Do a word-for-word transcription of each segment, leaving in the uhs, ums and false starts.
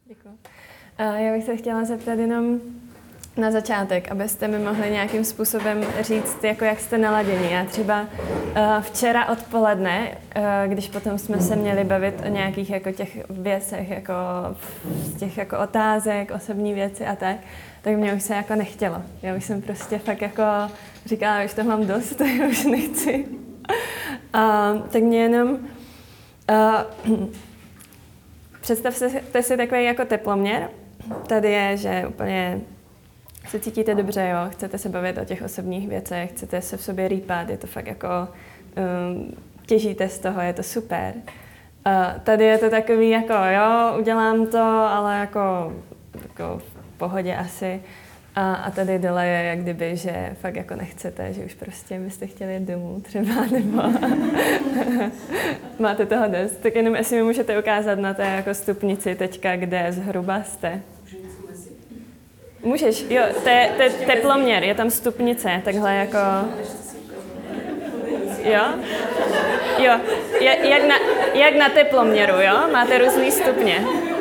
Děkuji. Já bych se chtěla zeptat jenom na začátek, abyste mi mohli nějakým způsobem říct, jako jak jste naladěni. Já třeba včera odpoledne, když potom jsme se měli bavit o nějakých jako těch věcech, jako z těch jako otázek, osobní věci a tak, tak mě už se jako nechtělo. Já už jsem prostě fakt jako říkala, už to mám dost, já už nechci. A, tak mě jenom... Uh, představte si takový jako teploměr. Tady je, že úplně se cítíte dobře, jo, chcete se bavit o těch osobních věcech, chcete se v sobě rýpat, je to fakt jako, um, těžíte z toho, je to super. Uh, tady je to takový jako, jo, udělám to, ale jako, jako v pohodě asi. A, a tady dole je jak kdyby, že fakt jako nechcete, že už prostě byste chtěli jít domů třeba, nebo máte toho dost. Tak jenom jestli mi můžete ukázat na té jako stupnici teďka, kde zhruba jste. Můžeš, jo, to je, to je teploměr, je tam stupnice, takhle jako... Jo? Jo, je, jak, na, jak na teploměru, jo? Máte různý stupně.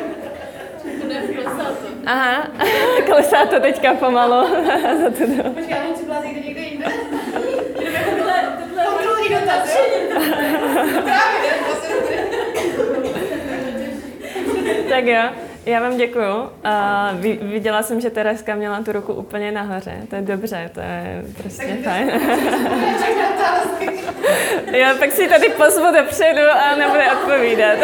Aha, klesá to teďka pomalu. Za to do... Počkej, já mám přiblázit jde někde jinde. Jdeme jako tohle, tohle kontrolní dotaz, jo? Právě, tak jo, já vám děkuju. Uh, viděla jsem, že Tereska měla tu ruku úplně nahoře. To je dobře, to je prostě fajn. Jo, pak si tady pozvu dopředu a nebude odpovídat.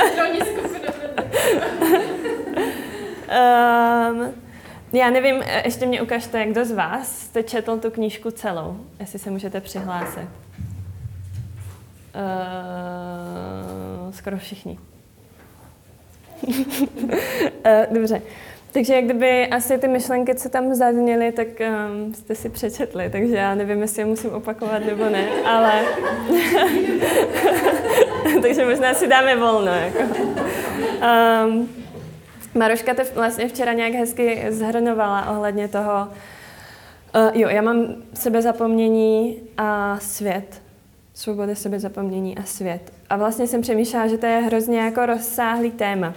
Um, já nevím, ještě mě ukažte, kdo z vás jste četl tu knížku celou, jestli se můžete přihlásit. Uh, skoro všichni. uh, dobře, takže jak kdyby asi ty myšlenky, co tam zazněly, tak um, jste si přečetli, takže já nevím, jestli je musím opakovat nebo ne, ale... takže možná si dáme volno, jako. Um, Maruška to vlastně včera nějak hezky zhrnovala ohledně toho, uh, jo, já mám sebezapomnění a svět. Svoboda, sebezapomnění a svět. A vlastně jsem přemýšlela, že to je hrozně jako rozsáhlý téma.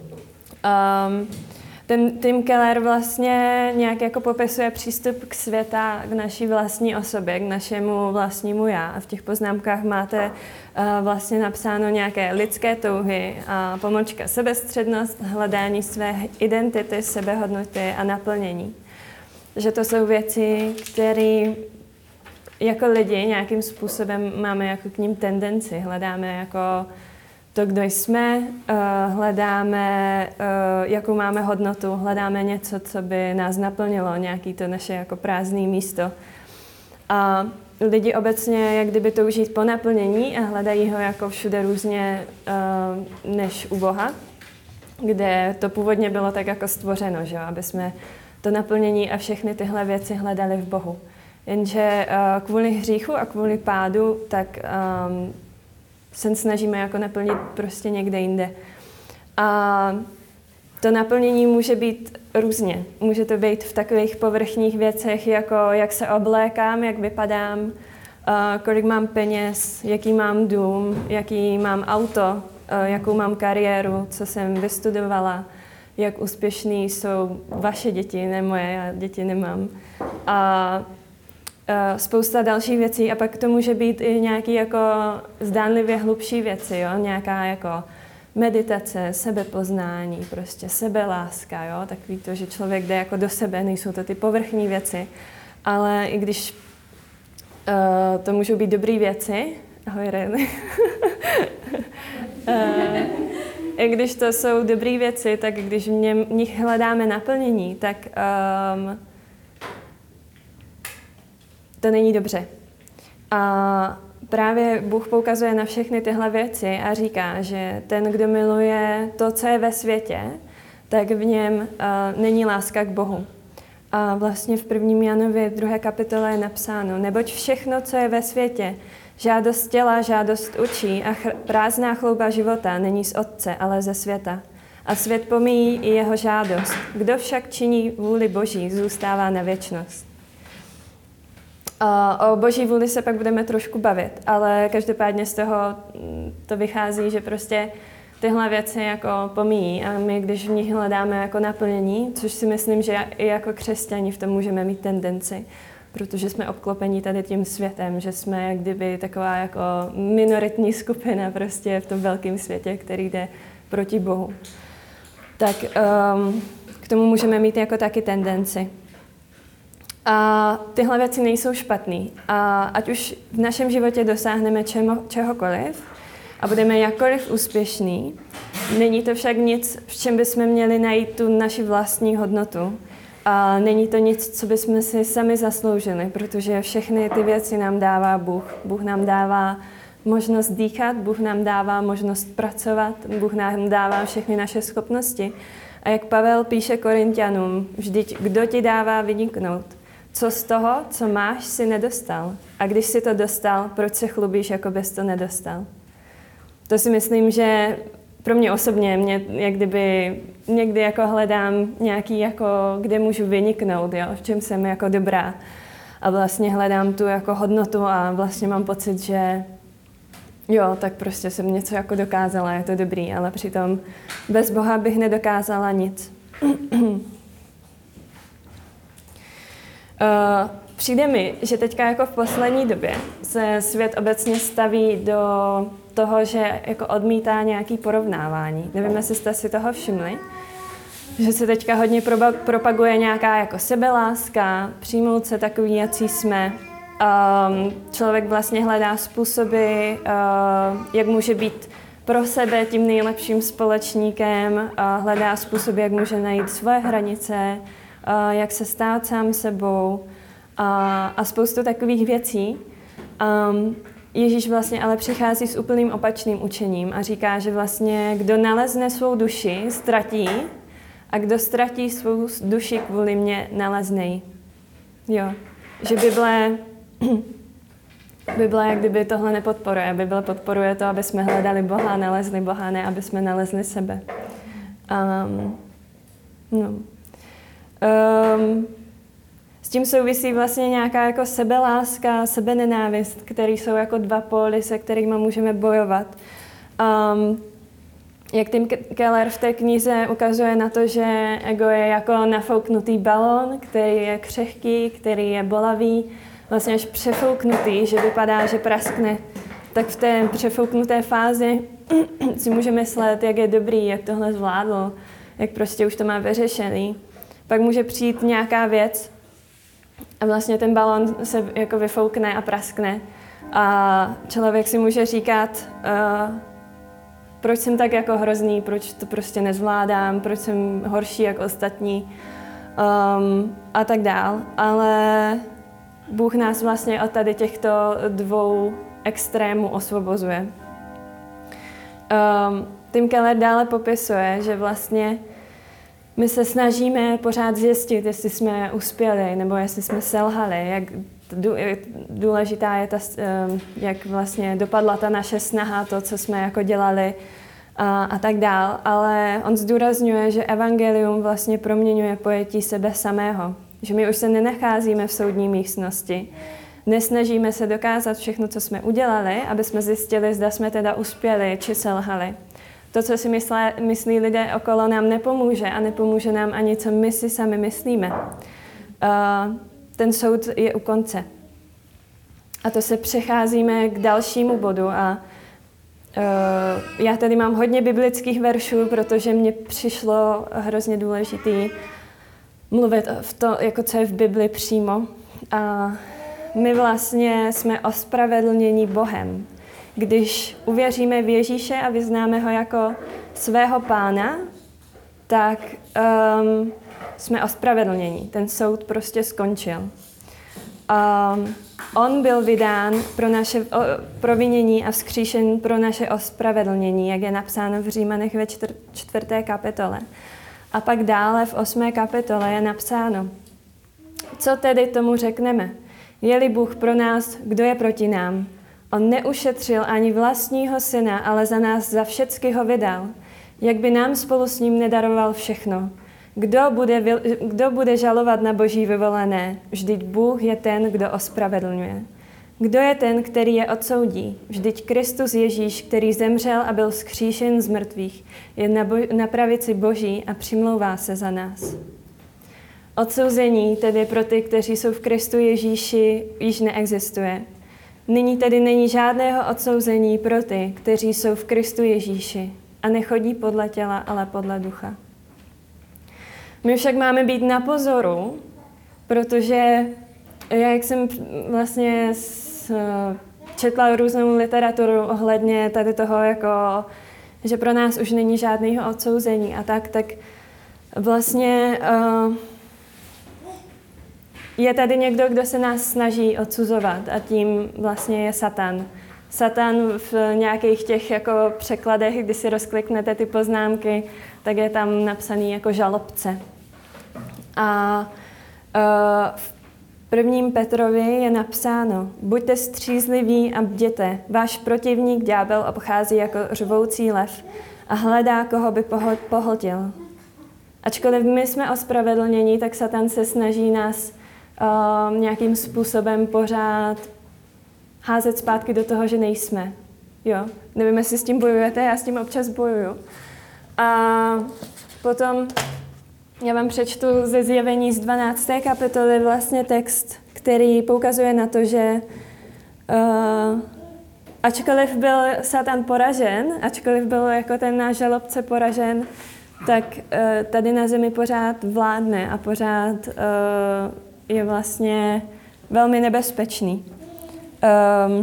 Um, ten Tim Keller vlastně nějak jako popisuje přístup k světa, k naší vlastní osobě, k našemu vlastnímu já. A v těch poznámkách máte uh, vlastně napsáno nějaké lidské touhy a pomlčka sebestřednost, hledání své identity, sebehodnoty a naplnění. Že to jsou věci, které jako lidi nějakým způsobem máme jako k ním tendenci. Hledáme jako to, kdo jsme, hledáme, jakou máme hodnotu, hledáme něco, co by nás naplnilo, nějaké to naše jako prázdné místo. A lidi obecně, jak kdyby touží po naplnění a hledají ho jako všude různě než u Boha, kde to původně bylo tak jako stvořeno, že? Aby jsme to naplnění a všechny tyhle věci hledali v Bohu. Jenže kvůli hříchu a kvůli pádu, tak um, se snažíme jako naplnit prostě někde jinde. A to naplnění může být různě. Může to být v takových povrchních věcech, jako jak se oblékám, jak vypadám, uh, kolik mám peněz, jaký mám dům, jaký mám auto, uh, jakou mám kariéru, co jsem vystudovala, jak úspěšný jsou vaše děti, ne moje, já děti nemám. A Uh, spousta dalších věcí a pak to může být i nějaký jako zdánlivě hlubší věci, jo? Nějaká jako meditace, sebepoznání, prostě sebeláska, jo? Takový to, že člověk jde jako do sebe, nejsou to ty povrchní věci, ale i když uh, to můžou být dobré věci, ahoj Rejny, uh, i když to jsou dobré věci, tak když v nich hledáme naplnění, tak um, to není dobře. A právě Bůh poukazuje na všechny tyhle věci a říká, že ten, kdo miluje to, co je ve světě, tak v něm uh, není láska k Bohu. A vlastně v prvním Janově druhé kapitole je napsáno, neboť všechno, co je ve světě, žádost těla, žádost očí a chr- prázdná chlouba života není z Otce, ale ze světa. A svět pomíjí i jeho žádost. Kdo však činí vůli Boží, zůstává na věčnost. O Boží vůli se pak budeme trošku bavit, ale každopádně z toho to vychází, že prostě tyhle věci jako pomíjí a my, když v nich hledáme jako naplnění, což si myslím, že i jako křesťani v tom můžeme mít tendenci, protože jsme obklopeni tady tím světem, že jsme jak kdyby taková jako minoritní skupina prostě v tom velkém světě, který jde proti Bohu. Tak um, k tomu můžeme mít jako taky tendenci. A tyhle věci nejsou špatný. A ať už v našem životě dosáhneme čemo, čehokoliv a budeme jakkoliv úspěšní, není to však nic, v čem bychom měli najít tu naši vlastní hodnotu. A není to nic, co bychom si sami zasloužili, protože všechny ty věci nám dává Bůh. Bůh nám dává možnost dýchat, Bůh nám dává možnost pracovat, Bůh nám dává všechny naše schopnosti. A jak Pavel píše Korinťanům, vždyť kdo ti dává vyniknout? Co z toho, co máš, si nedostal? A když si to dostal, proč se chlubíš, jako bys to nedostal? To si myslím, že pro mě osobně, mě jak kdyby někdy jako hledám nějaký, jako, kde můžu vyniknout, jo, v čem jsem jako dobrá. A vlastně hledám tu jako hodnotu a vlastně mám pocit, že jo, tak prostě jsem něco jako dokázala, je to dobrý, ale přitom bez Boha bych nedokázala nic. Uh, přijde mi, že teďka jako v poslední době se svět obecně staví do toho, že jako odmítá nějaký porovnávání. Nevím, jestli jste si toho všimli, že se teďka hodně propaguje nějaká jako sebeláska, přijmout se takový, jací jsme. Um, člověk vlastně hledá způsoby, uh, jak může být pro sebe tím nejlepším společníkem, uh, hledá způsoby, jak může najít svoje hranice, Uh, jak se stát sám sebou uh, a spoustu takových věcí. Um, Ježíš vlastně ale přichází s úplným opačným učením a říká, že vlastně kdo nalezne svou duši, ztratí, a kdo ztratí svou duši kvůli mě, nalezne ji. Jo, že Bible, Bible jak kdyby tohle nepodporuje. Bible podporuje to, aby jsme hledali Boha, nalezli Boha, ne aby jsme nalezli sebe. Um, no. Um, s tím souvisí vlastně nějaká jako sebeláska, sebenenávist, které jsou jako dva póly, se kterými můžeme bojovat. Um, jak Tim Keller v té knize ukazuje na to, že ego je jako nafouknutý balón, který je křehký, který je bolavý, vlastně až přefouknutý, že vypadá, že praskne. Tak v té přefouknuté fázi si můžeme myslet, jak je dobrý, jak tohle zvládlo, jak prostě už to má vyřešený. Pak může přijít nějaká věc a vlastně ten balon se jako vyfoukne a praskne. A člověk si může říkat, uh, proč jsem tak jako hrozný, proč to prostě nezvládám, proč jsem horší jako ostatní um, a tak dál. Ale Bůh nás vlastně od tady těchto dvou extrémů osvobozuje. Um, Tim Keller dále popisuje, že vlastně my se snažíme pořád zjistit, jestli jsme uspěli nebo jestli jsme selhali, jak důležitá je ta, jak vlastně dopadla ta naše snaha, to, co jsme jako dělali a, a tak dál. Ale on zdůrazňuje, že evangelium vlastně proměňuje pojetí sebe samého. Že my už se nenacházíme v soudní místnosti. Nesnažíme se dokázat všechno, co jsme udělali, aby jsme zjistili, zda jsme teda uspěli či selhali. To, co si myslí, myslí lidé okolo, nám nepomůže a nepomůže nám ani, co my si sami myslíme. Uh, ten soud je u konce. A to se přecházíme k dalšímu bodu. A uh, já tady mám hodně biblických veršů, protože mně přišlo hrozně důležitý mluvit v to, jako co je v Bibli přímo. A my vlastně jsme ospravedlněni Bohem. Když uvěříme v Ježíše a vyznáme ho jako svého pána, tak um, jsme ospravedlněni. Ten soud prostě skončil. Um, on byl vydán pro naše o, provinění a vzkříšen pro naše ospravedlnění, jak je napsáno v Římanech ve čtvr, čtvrté kapitole. A pak dále v osmé kapitole je napsáno, co tedy tomu řekneme? Je-li Bůh pro nás, kdo je proti nám? On neušetřil ani vlastního syna, ale za nás za všecky ho vydal. Jak by nám spolu s ním nedaroval všechno? Kdo bude, kdo bude žalovat na boží vyvolené? Vždyť Bůh je ten, kdo ospravedlňuje. Kdo je ten, který je odsoudí? Vždyť Kristus Ježíš, který zemřel a byl vzkříšen z mrtvých, je na, bo- na pravici Boží a přimlouvá se za nás. Odsouzení tedy pro ty, kteří jsou v Kristu Ježíši, již neexistuje. Nyní tedy není žádného odsouzení pro ty, kteří jsou v Kristu Ježíši a nechodí podle těla, ale podle ducha. My však máme být na pozoru, protože já, jak jsem vlastně četla různou literaturu ohledně tady toho, jako, že pro nás už není žádného odsouzení a tak, tak vlastně uh, je tady někdo, kdo se nás snaží odsuzovat a tím vlastně je Satan. Satan v nějakých těch jako překladech, kdy si rozkliknete ty poznámky, tak je tam napsaný jako žalobce. A uh, v prvním Petrovi je napsáno: buďte střízliví a bděte, váš protivník ďábel obchází jako řvoucí lev a hledá, koho by pohltil. Ačkoliv my jsme ospravedlnění, tak Satan se snaží nás uh, nějakým způsobem pořád házet zpátky do toho, že nejsme. Jo? Nevím, jestli s tím bojujete, já s tím občas bojuju. A potom já vám přečtu ze Zjevení z dvanácté kapitoly vlastně text, který poukazuje na to, že uh, ačkoliv byl Satan poražen, ačkoliv byl jako ten náš žalobce poražen, tak uh, tady na zemi pořád vládne a pořád uh, je vlastně velmi nebezpečný. Um,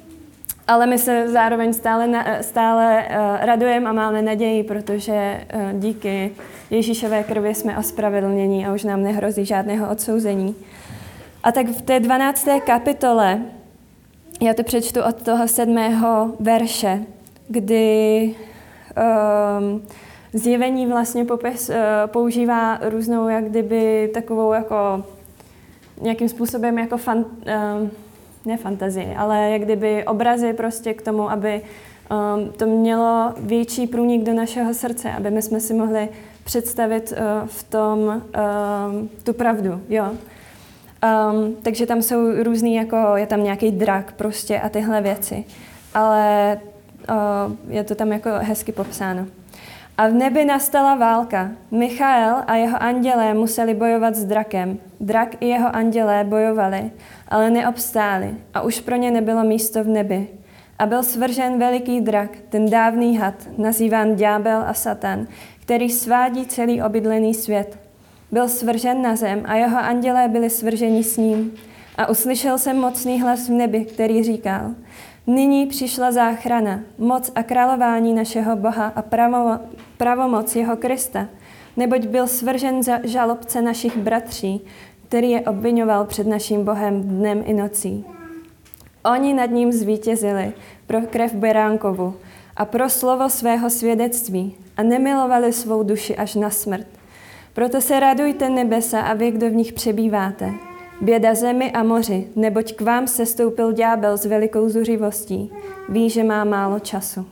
ale my se zároveň stále, na, stále uh, radujeme a máme naději, protože uh, díky Ježíšové krvi jsme ospravedlnění a už nám nehrozí žádného odsouzení. A tak v té dvanácté kapitole, já to přečtu od toho sedmého verše, kdy um, Zjevení vlastně popis, uh, používá různou, jak kdyby takovou jako nějakým způsobem jako fan, uh, ne fantazii, ale jak kdyby obrazy prostě k tomu, aby um, to mělo větší průnik do našeho srdce, aby my jsme si mohli představit uh, v tom um, tu pravdu, jo. Um, takže tam jsou různý, jako je tam nějaký drak prostě a tyhle věci, ale uh, je to tam jako hezky popsáno. A v nebi nastala válka. Michael a jeho andělé museli bojovat s drakem. Drak i jeho andělé bojovali, ale neobstáli a už pro ně nebylo místo v nebi. A byl svržen veliký drak, ten dávný had, nazýván ďábel a Satan, který svádí celý obydlený svět. Byl svržen na zem a jeho andělé byli svrženi s ním. A uslyšel jsem mocný hlas v nebi, který říkal: nyní přišla záchrana, moc a králování našeho Boha a pravo, pravomoc jeho Krista, neboť byl svržen za žalobce našich bratří, který je obvinoval před naším Bohem dnem i nocí. Oni nad ním zvítězili pro krev beránkovu a pro slovo svého svědectví a nemilovali svou duši až na smrt. Proto se radujte nebesa a vy, kdo v nich přebýváte. Běda zemi a moři, neboť k vám sestoupil ďábel s velikou zuřivostí. Ví, že má málo času.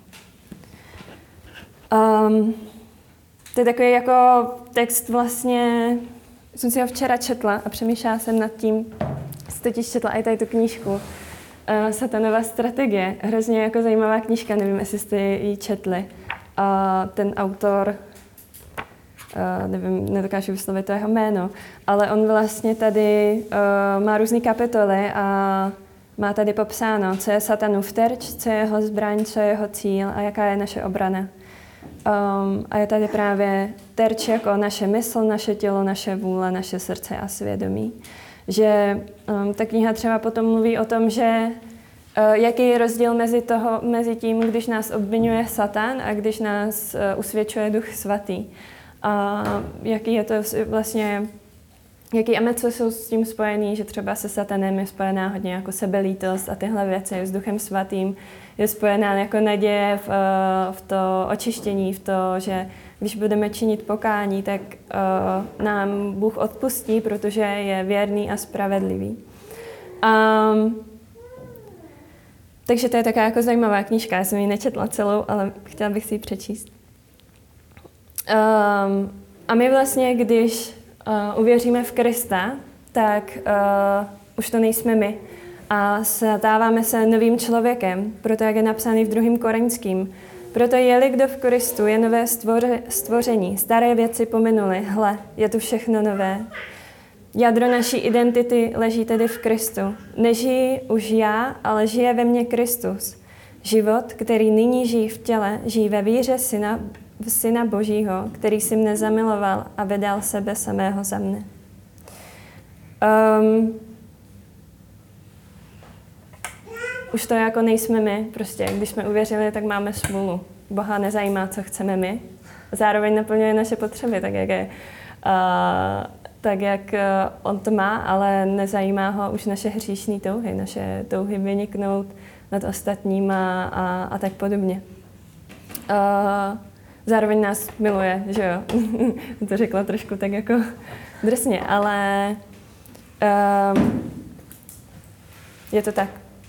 Um, to je takový jako text vlastně, jsem si ho včera četla a přemýšlela jsem nad tím, jsi totiž četla i tady tu knížku uh, Satanova strategie. Hrozně jako zajímavá knížka, nevím, jestli jste ji četli. Uh, ten autor, Uh, nevím, nedokážu vyslovit to jeho jméno, ale on vlastně tady uh, má různé kapitoly a má tady popsáno, co je Satanův terč, co je jeho zbraň, co je jeho cíl a jaká je naše obrana. Um, a je tady právě terč jako naše mysl, naše tělo, naše vůle, naše srdce a svědomí. Že um, ta kniha třeba potom mluví o tom, že uh, jaký je rozdíl mezi, toho, mezi tím, když nás obvinuje Satan a když nás uh, usvědčuje Duch Svatý. A jaký je to vlastně, jaký emoce jsou s tím spojený, že třeba se Satanem je spojená hodně jako sebelítost a tyhle věci, s Duchem Svatým je spojená jako naděje v, v to očištění, v to, že když budeme činit pokání, tak uh, nám Bůh odpustí, protože je věrný a spravedlivý. Um, takže to je taková jako zajímavá knížka, já jsem ji nečetla celou, ale chtěla bych si ji přečíst. Um, a my vlastně, když uh, uvěříme v Krista, tak uh, už to nejsme my, a stáváme se novým člověkem, proto jak je napsaný v druhém Korinským. Proto je-li kdo v Kristu, je nové stvoře, stvoření. Staré věci pominuly, hle, je tu všechno nové. Jádro naší identity leží tedy v Kristu. Nežijí už já, ale žije ve mně Kristus. Život, který nyní žijí v těle, žijí ve víře syna, syna Božího, který si mne zamiloval a vydal sebe samého za mne. Um, už to jako nejsme my, prostě když jsme uvěřili, tak máme smůlu. Boha nezajímá, co chceme my. Zároveň naplňuje naše potřeby, tak jak je. Uh, tak, jak on to má, ale nezajímá ho už naše hříšní touhy, naše touhy vyniknout nad ostatníma a, a tak podobně. Uh, zároveň nás miluje, že jo? To řekla trošku tak jako drsně, ale um, je to tak.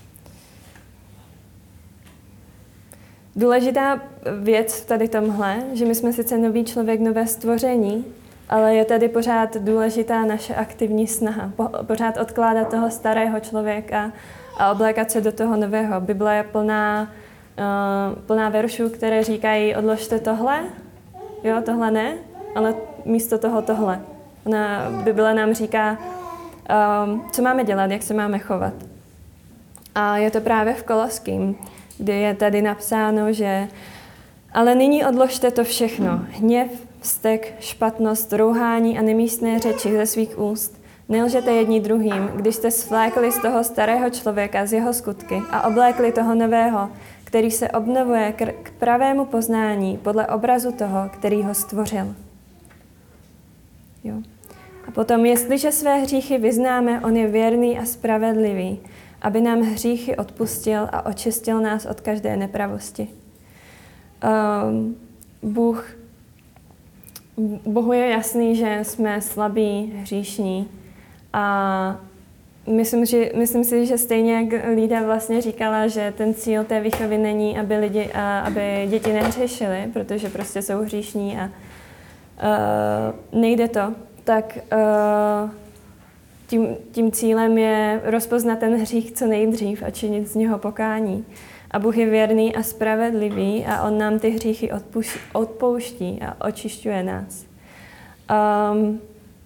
Důležitá věc v tady tomhle, že my jsme sice nový člověk, nové stvoření, ale je tady pořád důležitá naše aktivní snaha. Po, pořád odkládat toho starého člověka a oblékat se do toho nového. Bible je plná, uh, plná veršů, které říkají, odložte tohle, jo, tohle ne, ale místo toho tohle. Ona, Bible nám říká, um, co máme dělat, jak se máme chovat. A je to právě v Koloským, kde je tady napsáno, že ale nyní odložte to všechno. Hněv, vztek, špatnost, rouhání a nemístné řeči ze svých úst. Nelžete jedni druhým, když jste svlékli z toho starého člověka z jeho skutky a oblékli toho nového, který se obnovuje k pravému poznání podle obrazu toho, který ho stvořil. Jo. A potom, jestliže své hříchy vyznáme, on je věrný a spravedlivý, aby nám hříchy odpustil a očistil nás od každé nepravosti. Um, Bůh, Bohu je jasný, že jsme slabí, hříšní a myslím, že, myslím si, že stejně jak Lída vlastně říkala, že ten cíl té výchovy není, aby, lidi, a, aby děti nehřešily, protože prostě jsou hříšní a uh, nejde to, tak uh, tím, tím cílem je rozpoznat ten hřích co nejdřív a činit z něho pokání. A Bůh je věrný a spravedlivý a on nám ty hříchy odpuš- odpouští a očišťuje nás. Um,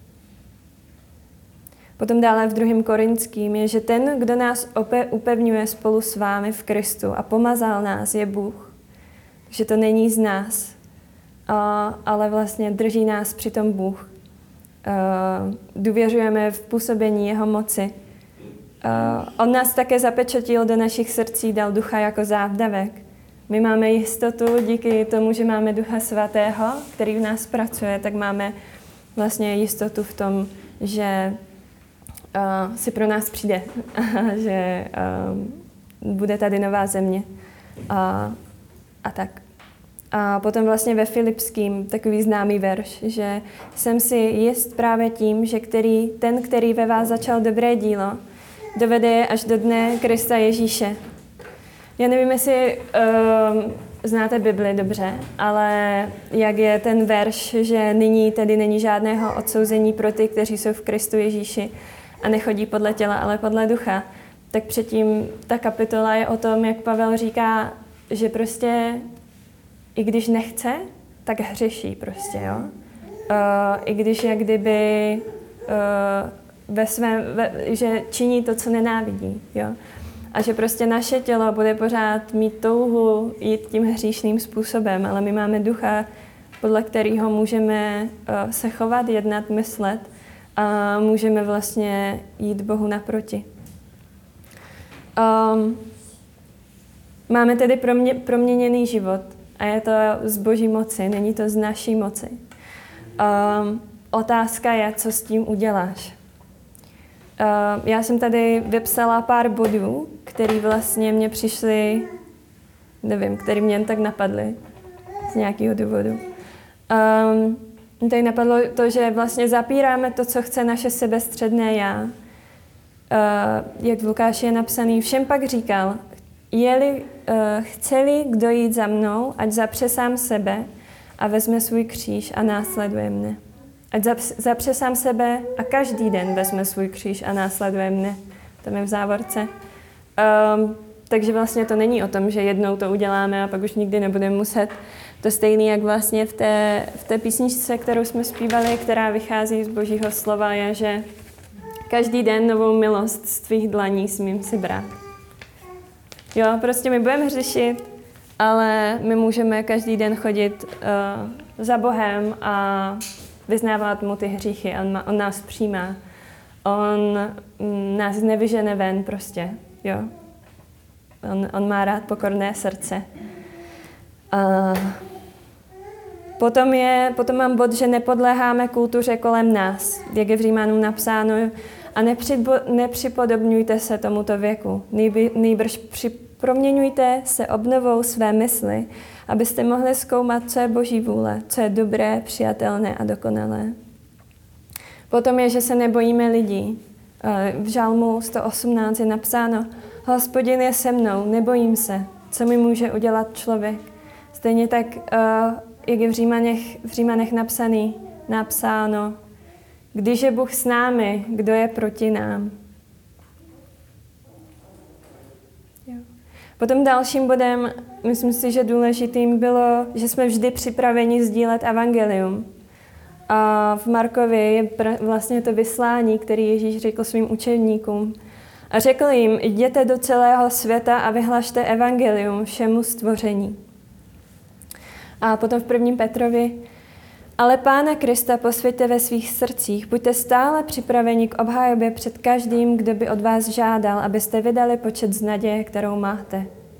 potom dále v druhém Korinským je, že ten, kdo nás ope- upevňuje spolu s vámi v Kristu a pomazal nás, je Bůh. Že to není z nás, uh, ale vlastně drží nás přitom Bůh. Uh, důvěřujeme v působení jeho moci. Uh, on nás také zapečetil do našich srdcí, dal ducha jako závdavek. My máme jistotu díky tomu, že máme Ducha Svatého, který v nás pracuje, tak máme vlastně jistotu v tom, že uh, si pro nás přijde, že uh, bude tady nová země a, a tak. A potom vlastně ve Filipským takový známý verš, že jsem si jist právě tím, že který, ten, který ve vás začal dobré dílo, dovede je až do dne Krista Ježíše. Já nevím, jestli um, znáte Bibli dobře, ale jak je ten verš, že nyní tedy není žádného odsouzení pro ty, kteří jsou v Kristu Ježíši a nechodí podle těla, ale podle ducha, tak předtím ta kapitola je o tom, jak Pavel říká, že prostě i když nechce, tak hřeší prostě, jo. Uh, I když jak kdyby uh, ve svém, ve, že činí to, co nenávidí, jo. A že prostě naše tělo bude pořád mít touhu jít tím hříšným způsobem, ale my máme ducha, podle kterého můžeme uh, se chovat, jednat, myslet a můžeme vlastně jít Bohu naproti. Um, máme tedy promě, proměněný život a je to z Boží moci, není to z naší moci. Um, otázka je, co s tím uděláš. Uh, já jsem tady vypsala pár bodů, které vlastně mě přišly, nevím, které mě jen tak napadly z nějakého důvodu. Um, tady napadlo to, že vlastně zapíráme to, co chce naše sebestředné já. Uh, jak v Lukáši je napsaný, všem pak říkal, jeli, uh, chce-li kdo jít za mnou, ať zapře sám sebe a vezme svůj kříž a následuje mne. Ať zapře sám sebe a každý den vezme svůj kříž a následuje mne. Tam je v závorce. Um, takže vlastně to není o tom, že jednou to uděláme a pak už nikdy nebudeme muset. To stejné, jak vlastně v té, v té písničce, kterou jsme zpívali, která vychází z Božího slova, je, že každý den novou milost z tvých dlaní smím si brát. Jo, prostě my budeme hřešit, ale my můžeme každý den chodit uh, za Bohem a vyznávat mu ty hříchy. On, ma, on nás přijímá. On mm, nás nevyžene ven prostě. Jo. On, on má rád pokorné srdce. Uh, potom, je, potom mám bod, že nepodléháme kultuře kolem nás, jak je v Římanům napsáno, a nepřipo, nepřipodobňujte se tomuto věku. Nejby, nejbrž při, proměňujte se obnovou své mysli, abyste mohli zkoumat, co je Boží vůle, co je dobré, přijatelné a dokonalé. Potom je, že se nebojíme lidí. V Žalmu sto osmnáct je napsáno: Hospodin je se mnou, nebojím se, co mi může udělat člověk. Stejně tak, jak je v Římanech, v Římanech napsaný, napsáno: Když je Bůh s námi, kdo je proti nám. Jo. Potom dalším bodem, myslím si, že důležitým bylo, že jsme vždy připraveni sdílet evangelium. A v Markově je pr- vlastně to vyslání, který Ježíš řekl svým učedníkům. A řekl jim: jděte do celého světa a vyhlašte evangelium všemu stvoření. A potom v prvním Petrovi: ale Pána Krista posvěťte ve svých srdcích, buďte stále připraveni k obhajobě před každým, kdo by od vás žádal, abyste vydali počet z naděje, kterou máte.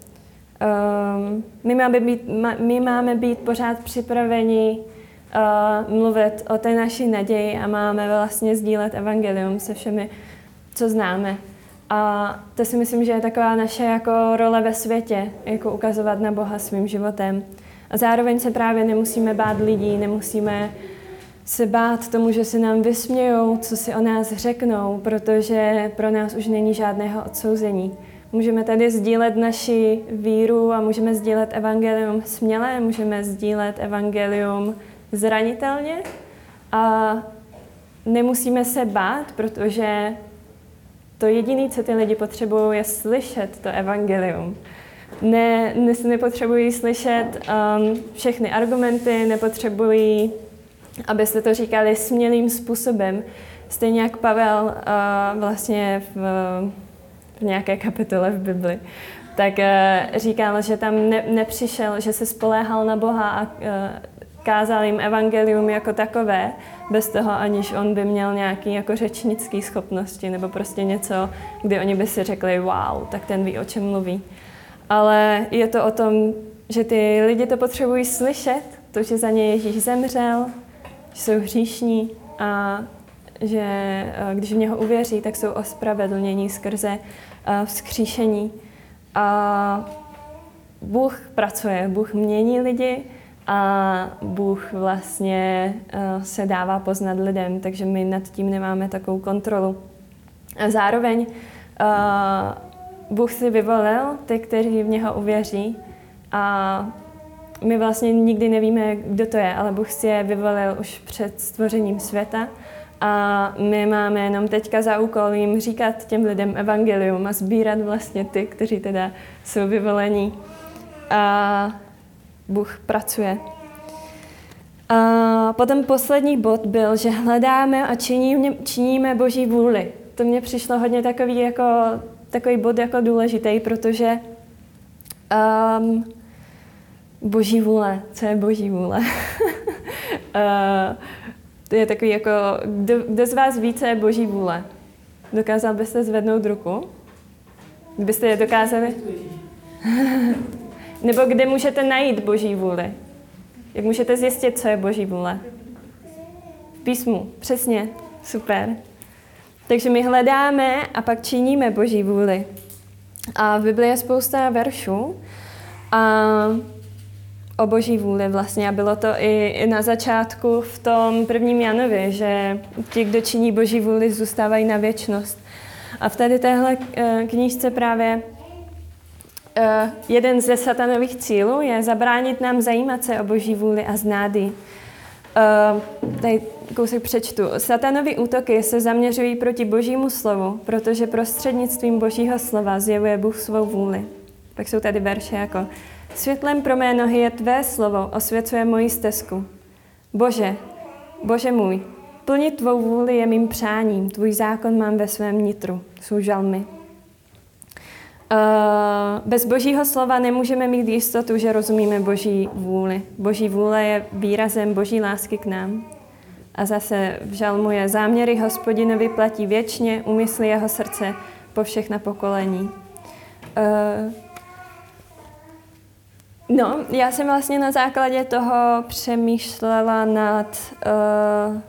Um, my, máme být, my máme být pořád připraveni uh, mluvit o té naší naději a máme vlastně sdílet evangelium se všemi, co známe. A to si myslím, že je taková naše jako role ve světě, jako ukazovat na Boha svým životem. A zároveň se právě nemusíme bát lidí, nemusíme se bát tomu, že se nám vysmějou, co si o nás řeknou, protože pro nás už není žádného odsouzení. Můžeme tady sdílet naši víru a můžeme sdílet evangelium směle, můžeme sdílet evangelium zranitelně a nemusíme se bát, protože to jediné, co ty lidi potřebují, je slyšet to evangelium. Ne, ne, nepotřebují slyšet um, všechny argumenty, nepotřebují, abyste to říkali smělým způsobem. Stejně jak Pavel uh, vlastně v, v nějaké kapitole v Bibli, tak uh, říkal, že tam ne, nepřišel, že se spoléhal na Boha a uh, kázal jim evangelium jako takové, bez toho, aniž on by měl nějaký jako řečnický schopnosti nebo prostě něco, kdy oni by si řekli wow, tak ten ví, o čem mluví. Ale je to o tom, že ty lidi to potřebují slyšet, to, že za ně Ježíš zemřel, že jsou hříšní a že když v něho uvěří, tak jsou ospravedlnění skrze vzkříšení. A Bůh pracuje, Bůh mění lidi a Bůh vlastně se dává poznat lidem, takže my nad tím nemáme takovou kontrolu. A zároveň Bůh si vyvolil ty, kteří v něho uvěří a my vlastně nikdy nevíme, kdo to je, ale Bůh si je vyvolil už před stvořením světa a my máme jenom teďka za úkol jim říkat těm lidem evangelium a sbírat vlastně ty, kteří teda jsou vyvolení. A Bůh pracuje. A potom poslední bod byl, že hledáme a činíme, činíme Boží vůli. To mně přišlo hodně takový jako takový bod jako důležitý, protože um, Boží vůle, co je Boží vůle? uh, to je takový jako, kdo, kdo z vás ví, co je Boží vůle? Dokázal byste zvednout ruku? Kdybyste je dokázali? Nebo kde můžete najít Boží vůli? Jak můžete zjistit, co je Boží vůle? V písmu, přesně, super. Takže my hledáme a pak činíme Boží vůli. A v Biblii je spousta veršů a o Boží vůli vlastně. A bylo to i na začátku v tom prvním Janovi, že ti, kdo činí Boží vůli, zůstávají na věčnost. A v tady téhle knížce právě jeden ze satanových cílů je zabránit nám zajímat se o Boží vůli a znát ji. Uh, tady kousek přečtu. Satanovy útoky se zaměřují proti Božímu slovu, protože prostřednictvím Božího slova zjevuje Bůh svou vůli. Pak jsou tady verše jako světlem pro mé nohy je tvé slovo, osvěcuje moji stezku. Bože, Bože můj, plnit tvou vůli je mým přáním, tvůj zákon mám ve svém nitru. Jsou žalmy. Uh, bez Božího slova nemůžeme mít jistotu, že rozumíme Boží vůli. Boží vůle je výrazem Boží lásky k nám. A zase v žalmu je záměry Hospodinovi platí věčně, úmysly jeho srdce po všechna pokolení. Uh, no, já jsem vlastně na základě toho přemýšlela nad... Uh,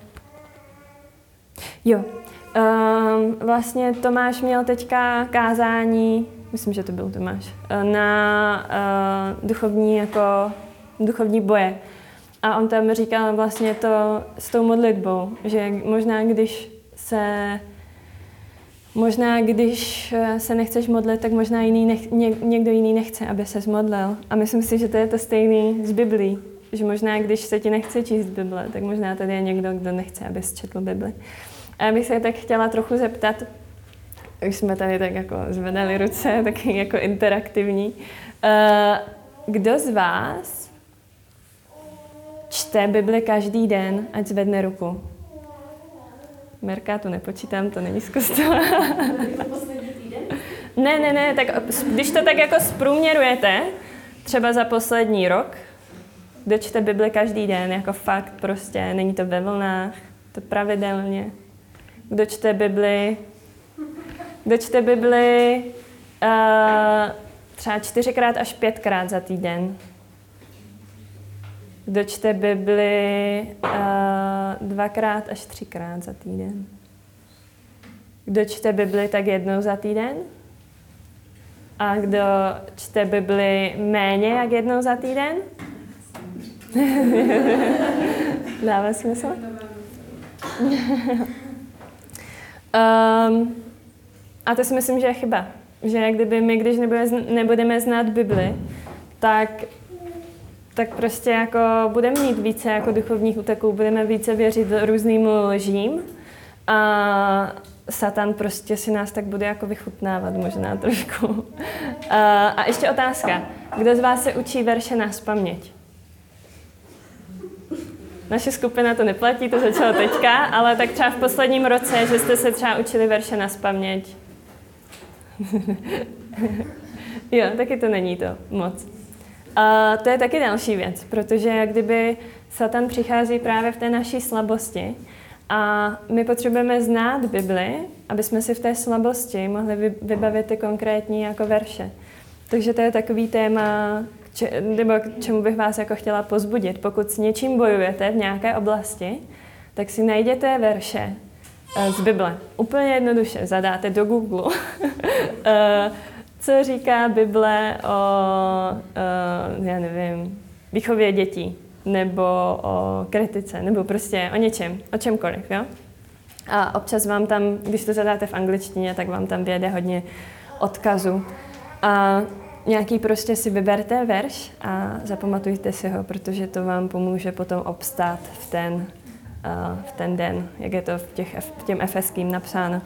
jo, uh, vlastně Tomáš měl teďka kázání, myslím, že to byl Tomáš, na uh, duchovní, jako, duchovní boje. A on tam říkal vlastně to s tou modlitbou, že možná když se možná když se nechceš modlit, tak možná jiný nech, ně, někdo jiný nechce, aby ses modlil. A myslím si, že to je to stejný z Biblí. Že možná když se ti nechce číst Bible, tak možná tady je někdo, kdo nechce, abys četl Bibli. A já bych se tak chtěla trochu zeptat, už jsme tady tak jako zvedali ruce, taky jako interaktivní. Kdo z vás čte Bibli každý den, ať zvedne ruku? Merka, to nepočítám, to není z kostela. Ne, ne, ne, tak když to tak jako zprůměrujete, třeba za poslední rok, kdo čte Bibli každý den, jako fakt prostě, není to ve vlnách, to pravidelně. Kdo čte Bibli, kdo čte Bibli uh, třeba čtyřikrát až pětkrát za týden. Kdo čte Bibli uh, dvakrát až třikrát za týden. Kdo čte Bibli tak jednou za týden? A kdo čte Bibli méně jak jednou za týden? Dává smysl? um, a to si myslím, že je chyba. Že kdyby my, když nebudeme znát Bibli, tak tak prostě jako budeme mít více jako duchovních úteků, budeme více věřit různým lžím a Satan prostě si nás tak bude jako vychutnávat možná trošku. A, a ještě otázka. Kdo z vás se učí verše nazpaměť? Naše skupina to neplatí, to začalo teďka, ale tak třeba v posledním roce, že jste se třeba učili verše nazpaměť. Jo, taky to není to moc. A to je taky další věc, protože kdyby Satan přichází právě v té naší slabosti a my potřebujeme znát Bibli, aby jsme si v té slabosti mohli vybavit ty konkrétní jako verše. Takže to je takový téma, če, nebo k čemu bych vás jako chtěla pozbudit. Pokud s něčím bojujete v nějaké oblasti, tak si najděte verše z Bible. Úplně jednoduše zadáte do Google. Co říká Bible o, uh, já nevím, výchově dětí, nebo o kritice, nebo prostě o něčem, o čemkoliv, jo? A občas vám tam, když to zadáte v angličtině, tak vám tam vyjede hodně odkazů. A nějaký prostě si vyberte verš a zapamatujte si ho, protože to vám pomůže potom obstát v ten, uh, v ten den, jak je to v, těch, v těm efeským napsáno.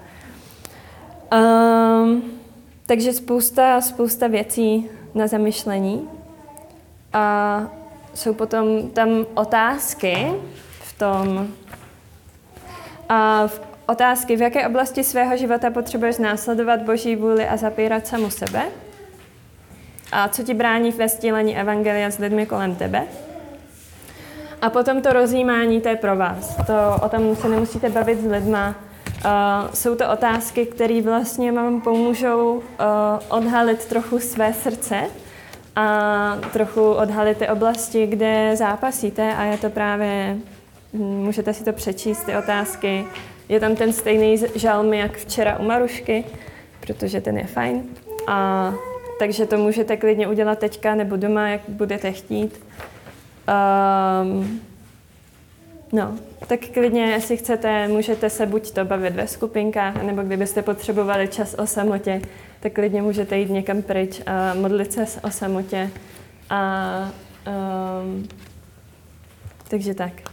Um, Takže spousta, spousta věcí na zamyšlení a jsou potom tam otázky v tom, a v otázky, v jaké oblasti svého života potřebuješ následovat Boží vůli a zapírat samu sebe a co ti brání ve sdílení evangelia s lidmi kolem tebe. A potom to rozjímání, to je pro vás. To, o tom se nemusíte bavit s lidma. Uh, jsou to otázky, které vlastně vám pomůžou uh, odhalit trochu své srdce a trochu odhalit ty oblasti, kde zápasíte a je to právě, můžete si to přečíst, ty otázky. Je tam ten stejný žalm, jak včera u Marušky, protože ten je fajn. A, takže to můžete klidně udělat teďka nebo doma, jak budete chtít. Um, No, tak klidně, jestli chcete, můžete se buď to bavit ve skupinkách, nebo kdybyste potřebovali čas o samotě, tak klidně můžete jít někam pryč a modlit se o samotě. A, um, takže tak.